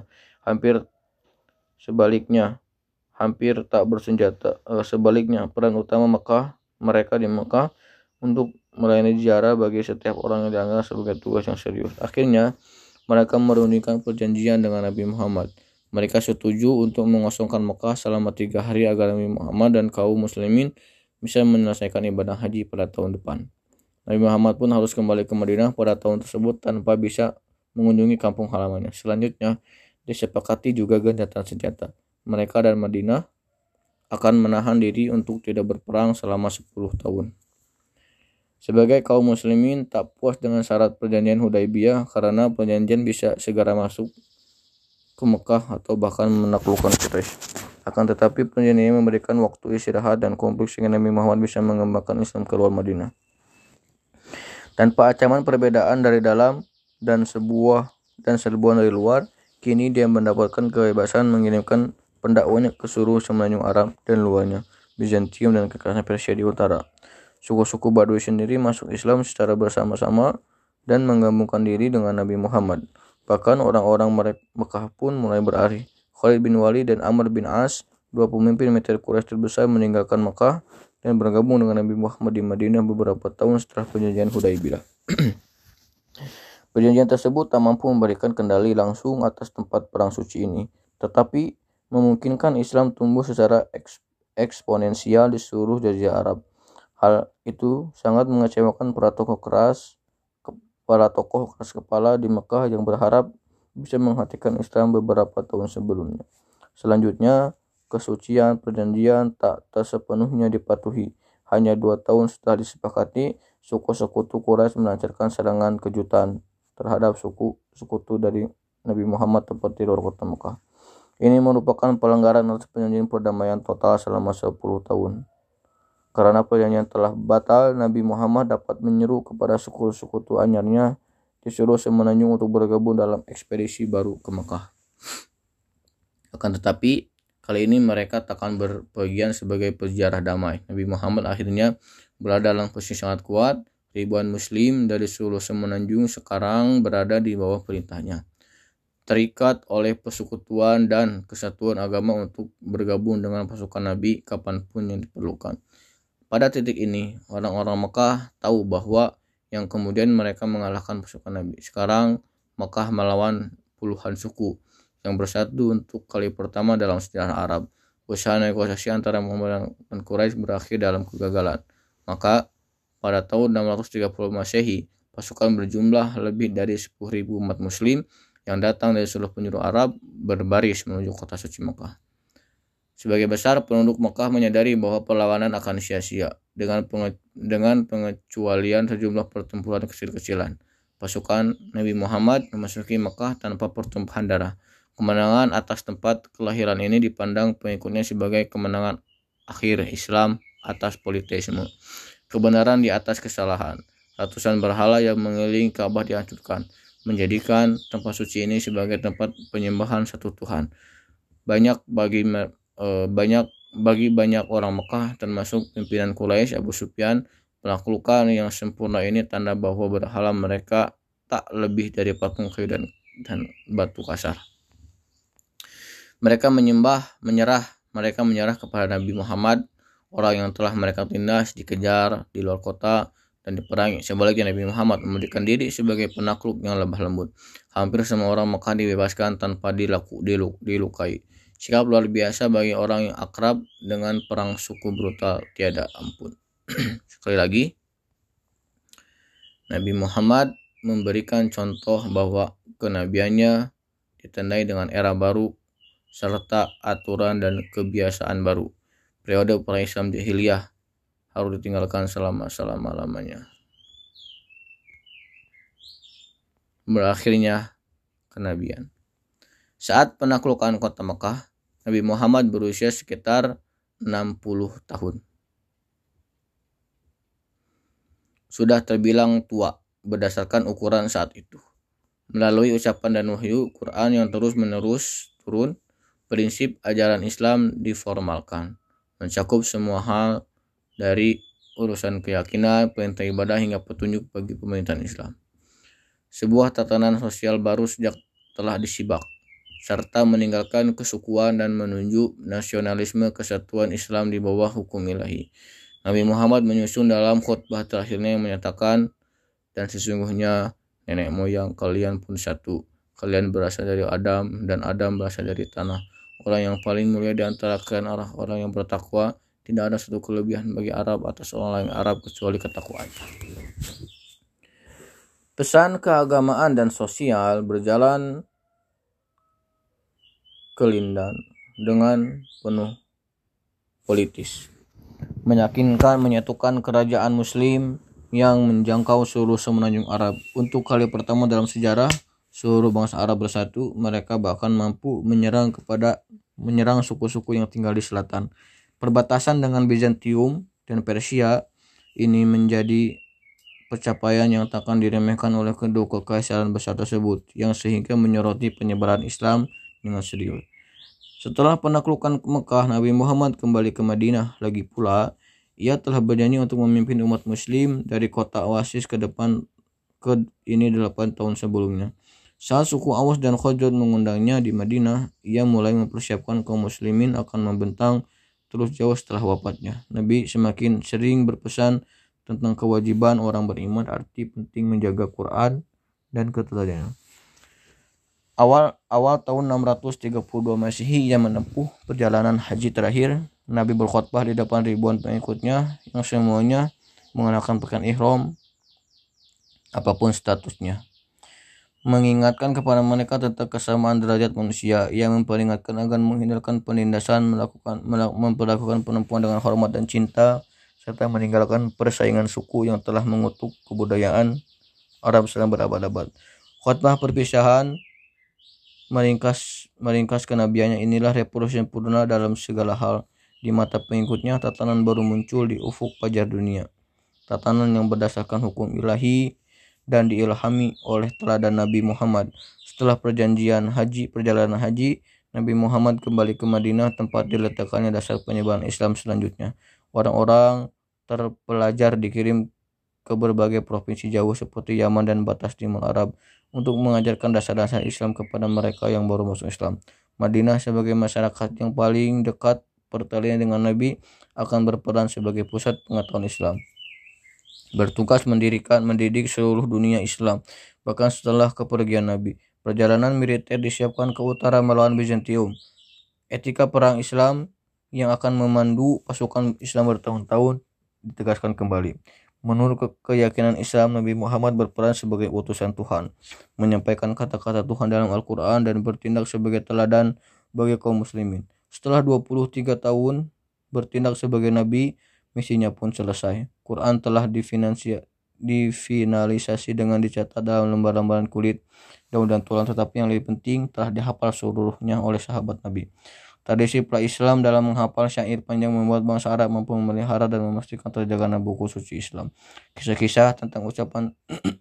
peran utama mereka di Mekah untuk melayani ziarah bagi setiap orang yang dianggap sebagai tugas yang serius. Akhirnya, mereka merundingkan perjanjian dengan Nabi Muhammad. Mereka setuju untuk mengosongkan Mekah selama 3 hari agar Nabi Muhammad dan kaum muslimin bisa menyelesaikan ibadah haji pada tahun depan. Nabi Muhammad pun harus kembali ke Madinah pada tahun tersebut tanpa bisa mengunjungi kampung halamannya. Selanjutnya, disepakati juga gencatan senjata. Mereka dan Madinah akan menahan diri untuk tidak berperang selama 10 tahun. Sebagai kaum muslimin tak puas dengan syarat perjanjian Hudaibiyah karena perjanjian bisa segera masuk ke Mekah atau bahkan menaklukkan Quraisy. Akan tetapi perjanjian ini memberikan waktu istirahat dan konflik sehingga Nabi Muhammad bisa mengembangkan Islam keluar Madinah. Tanpa ancaman perbedaan dari dalam dan serbuan dari luar, kini dia mendapatkan kebebasan mengirimkan pendakwanya ke seluruh semenanjung Arab dan luarnya, Bizantium dan kekaisaran Persia di utara. Suku-suku Badui sendiri masuk Islam secara bersama-sama dan menggabungkan diri dengan Nabi Muhammad. Bahkan orang-orang Mekah pun mulai beralih. Khalid bin Walid dan Amr bin As, 2 pemimpin militer Quraisy terbesar, meninggalkan Mekah dan bergabung dengan Nabi Muhammad di Madinah beberapa tahun setelah perjanjian Hudaibiyah. Perjanjian tersebut tak mampu memberikan kendali langsung atas tempat perang suci ini, tetapi memungkinkan Islam tumbuh secara eksponensial di seluruh Jazirah Arab. Hal itu sangat mengecewakan para tokoh keras kepala di Mekah yang berharap bisa menghentikan Islam beberapa tahun sebelumnya. Selanjutnya, kesucian perjanjian tak sepenuhnya dipatuhi. Hanya 2 tahun setelah disepakati, suku sekutu Quraisy melancarkan serangan kejutan terhadap suku sekutu dari Nabi Muhammad tepat di luar kota Mekah. Ini merupakan pelanggaran atas perjanjian perdamaian total selama 10 tahun. Karena perjanjian telah batal, Nabi Muhammad dapat menyeru kepada suku-sekutu anyarnya di seluruh semenanjung untuk bergabung dalam ekspedisi baru ke Mekah. Akan tetapi, kali ini mereka takkan berpergian sebagai peziarah damai. Nabi Muhammad akhirnya berada dalam posisi sangat kuat. Ribuan muslim dari seluruh semenanjung sekarang berada di bawah perintahnya, terikat oleh persekutuan dan kesatuan agama untuk bergabung dengan pasukan Nabi kapanpun yang diperlukan. Pada titik ini, orang-orang Mekah tahu bahwa yang kemudian mereka mengalahkan pasukan Nabi. Sekarang, Mekah melawan puluhan suku yang bersatu untuk kali pertama dalam sejarah Arab. Usaha negosiasi antara Muhammad dan Quraisy berakhir dalam kegagalan. Maka, pada tahun 630 Masehi, pasukan berjumlah lebih dari 10.000 umat muslim yang datang dari seluruh penjuru Arab berbaris menuju kota suci Mekah. Sebagai besar penduduk Mekah menyadari bahwa perlawanan akan sia-sia dengan pengecualian sejumlah pertempuran kecil-kecilan. Pasukan Nabi Muhammad memasuki Mekah tanpa pertumpahan darah. Kemenangan atas tempat kelahiran ini dipandang pengikutnya sebagai kemenangan akhir Islam atas politeisme. Kebenaran di atas kesalahan. Ratusan berhala yang mengelilingi Ka'bah dihancurkan, menjadikan tempat suci ini sebagai tempat penyembahan satu Tuhan. Bagi banyak orang Mekah termasuk pimpinan Quraisy, Abu Sufyan, penaklukan yang sempurna ini tanda bahwa berhala mereka tak lebih dari patung kayu dan batu kasar. Mereka menyerah kepada Nabi Muhammad. Orang yang telah mereka tindas dikejar di luar kota dan diperangi. Sebaliknya Nabi Muhammad memberikan diri sebagai penakluk yang lemah lembut. Hampir semua orang Mekah dibebaskan tanpa dilukai. Sikap luar biasa bagi orang yang akrab dengan perang suku brutal tiada ampun. Sekali lagi, Nabi Muhammad memberikan contoh bahwa kenabiannya ditandai dengan era baru serta aturan dan kebiasaan baru. Periode pra-Islam jahiliyah harus ditinggalkan selama-lamanya. Berakhirnya kenabian. Saat penaklukan kota Mekah, Nabi Muhammad berusia sekitar 60 tahun. Sudah terbilang tua berdasarkan ukuran saat itu. Melalui ucapan dan wahyu Quran yang terus-menerus turun, prinsip ajaran Islam diformalkan, mencakup semua hal dari urusan keyakinan, perintah ibadah hingga petunjuk bagi pemerintahan Islam. Sebuah tatanan sosial baru sejak telah disibak, serta meninggalkan kesukuan dan menunjuk nasionalisme kesatuan Islam di bawah hukum ilahi. Nabi Muhammad menyusun dalam khutbah terakhirnya yang menyatakan, dan sesungguhnya nenek moyang kalian pun satu. Kalian berasal dari Adam dan Adam berasal dari tanah. Orang yang paling mulia di antara kalian adalah orang yang bertakwa. Tidak ada satu kelebihan bagi Arab atas orang lain Arab kecuali ketakwaan. Pesan keagamaan dan sosial berjalan kelindan dengan penuh politis, menyatukan kerajaan muslim yang menjangkau seluruh semenanjung Arab. Untuk kali pertama dalam sejarah seluruh bangsa Arab bersatu, mereka bahkan mampu menyerang suku-suku yang tinggal di selatan. Perbatasan dengan Bizantium dan Persia ini menjadi pencapaian yang takkan diremehkan oleh kedua kekaisaran besar tersebut, yang sehingga menyoroti penyebaran Islam dengan serius. Setelah penaklukan Mekah, Nabi Muhammad kembali ke Madinah. Lagi pula, ia telah berjanji untuk memimpin umat muslim dari kota Oasis ke 8 tahun sebelumnya. Saat suku Aws dan Khazraj mengundangnya di Madinah, ia mulai mempersiapkan kaum muslimin akan membentang terus jauh setelah wafatnya. Nabi semakin sering berpesan tentang kewajiban orang beriman, arti penting menjaga Quran dan keteladanan. Awal tahun 632 Masehi ia menempuh perjalanan haji terakhir. Nabi berkhutbah di depan ribuan pengikutnya yang semuanya mengenakan pakaian ihram apapun statusnya, mengingatkan kepada mereka tentang kesamaan derajat manusia. Ia memperingatkan agar menghindarkan penindasan, memperlakukan perempuan dengan hormat dan cinta, serta meninggalkan persaingan suku yang telah mengutuk kebudayaan Arab selama berabad-abad. Khutbah perpisahan meringkas kenabiannya. Inilah revolusi sempurna dalam segala hal. Di mata pengikutnya, tatanan baru muncul di ufuk fajar dunia. Tatanan yang berdasarkan hukum ilahi dan diilhami oleh teladan Nabi Muhammad. Setelah perjalanan haji, Nabi Muhammad kembali ke Madinah, tempat diletakkannya dasar penyebaran Islam selanjutnya. Orang-orang terpelajar dikirim ke berbagai provinsi jauh seperti Yaman dan batas timur Arab untuk mengajarkan dasar-dasar Islam kepada mereka yang baru masuk Islam. Madinah sebagai masyarakat yang paling dekat pertalian dengan Nabi akan berperan sebagai pusat pengetahuan Islam, bertugas mendidik seluruh dunia Islam. Bahkan setelah kepergian Nabi, perjalanan militer disiapkan ke utara melawan Bizantium. Etika perang Islam yang akan memandu pasukan Islam bertahun-tahun ditegaskan kembali. Menurut keyakinan Islam, Nabi Muhammad berperan sebagai utusan Tuhan, menyampaikan kata-kata Tuhan dalam Al-Quran dan bertindak sebagai teladan bagi kaum muslimin. Setelah 23 tahun bertindak sebagai Nabi, misinya pun selesai. Quran telah difinalisasi dengan dicetak dalam lembar-lembaran kulit, daun dan tulang, tetapi yang lebih penting telah dihafal seluruhnya oleh sahabat Nabi. Tradisi pra-Islam dalam menghafal syair panjang membuat bangsa Arab mampu memelihara dan memastikan terjaganya buku suci Islam. Kisah-kisah tentang ucapan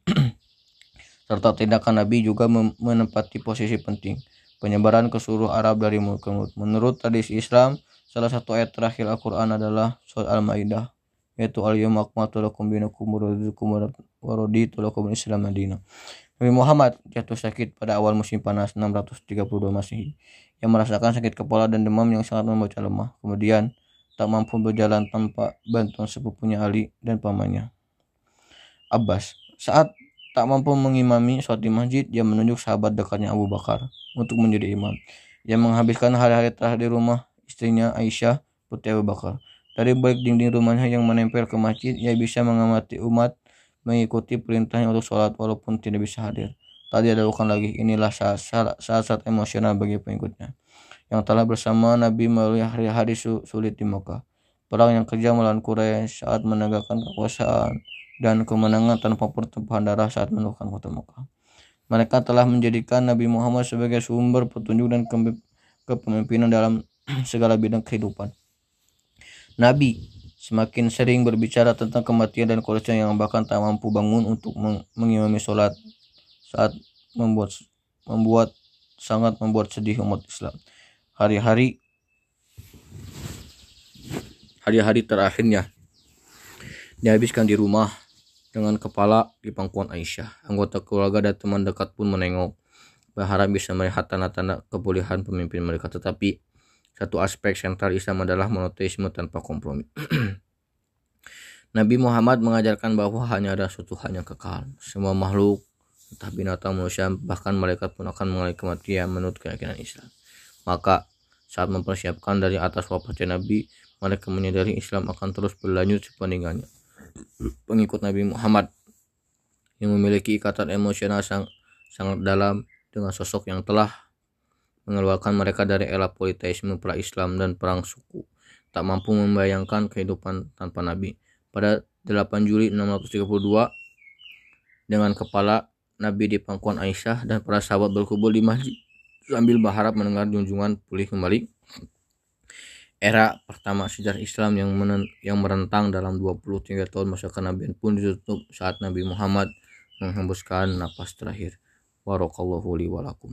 serta tindakan Nabi juga menempati posisi penting penyebaran ke seluruh Arab dari mulut ke mulut. Menurut tradisi Islam, salah satu ayat terakhir Al-Quran adalah surat Al-Maidah, yaitu al-yawma akmaltu lakum dinakum wa raditu lakum al-Islam madinah. Nabi Muhammad jatuh sakit pada awal musim panas 632 Masehi. Ia merasakan sakit kepala dan demam yang sangat membuatnya lemah. Kemudian tak mampu berjalan tanpa bantuan sepupunya Ali dan pamannya Abbas. Saat tak mampu mengimami sholat di masjid, dia menunjuk sahabat dekatnya Abu Bakar untuk menjadi imam. Ia menghabiskan hari-hari terakhir di rumah istrinya Aisyah, putri Abu Bakar. Dari balik dinding rumahnya yang menempel ke masjid, ia bisa mengamati umat mengikuti perintahnya untuk sholat walaupun tidak bisa hadir. Tadi ada bukan lagi, inilah saat-saat emosional bagi pengikutnya yang telah bersama Nabi melalui hari-hari sulit di Mekah. Perang yang kejam melawan Quraisy saat menegakkan kekuasaan dan kemenangan tanpa pertumpahan darah saat menemukan kota Mekah. Mereka telah menjadikan Nabi Muhammad sebagai sumber petunjuk dan kepemimpinan dalam segala bidang kehidupan. Nabi semakin sering berbicara tentang kematian dan kondisi yang bahkan tak mampu bangun untuk mengimami sholat saat sangat membuat sedih umat Islam. Hari-hari terakhirnya dihabiskan di rumah dengan kepala di pangkuan Aisyah. Anggota keluarga dan teman dekat pun menengok, berharap bisa melihat tanda-tanda kepulihan pemimpin mereka. Tetapi satu aspek sentral Islam adalah monoteisme tanpa kompromi. Nabi Muhammad mengajarkan bahwa hanya ada satu hal yang kekal. Semua makhluk, entah binatang, manusia, bahkan malaikat pun akan mengalami kematian menurut keyakinan Islam. Maka saat mempersiapkan dari atas wafatnya Nabi, mereka menyadari Islam akan terus berlanjut sepeninggalnya. Pengikut Nabi Muhammad yang memiliki ikatan emosional sangat dalam dengan sosok yang telah mengeluarkan mereka dari era politeisme pra-Islam dan perang suku, tak mampu membayangkan kehidupan tanpa Nabi. Pada 8 Juli 632, dengan kepala Nabi di pangkuan Aisyah dan para sahabat berkumpul di masjid sambil berharap mendengar junjungan pulih kembali. Era pertama sejarah Islam yang merentang dalam 23 tahun masa kenabian pun ditutup saat Nabi Muhammad menghembuskan napas terakhir. Barakallahu li wa lakum.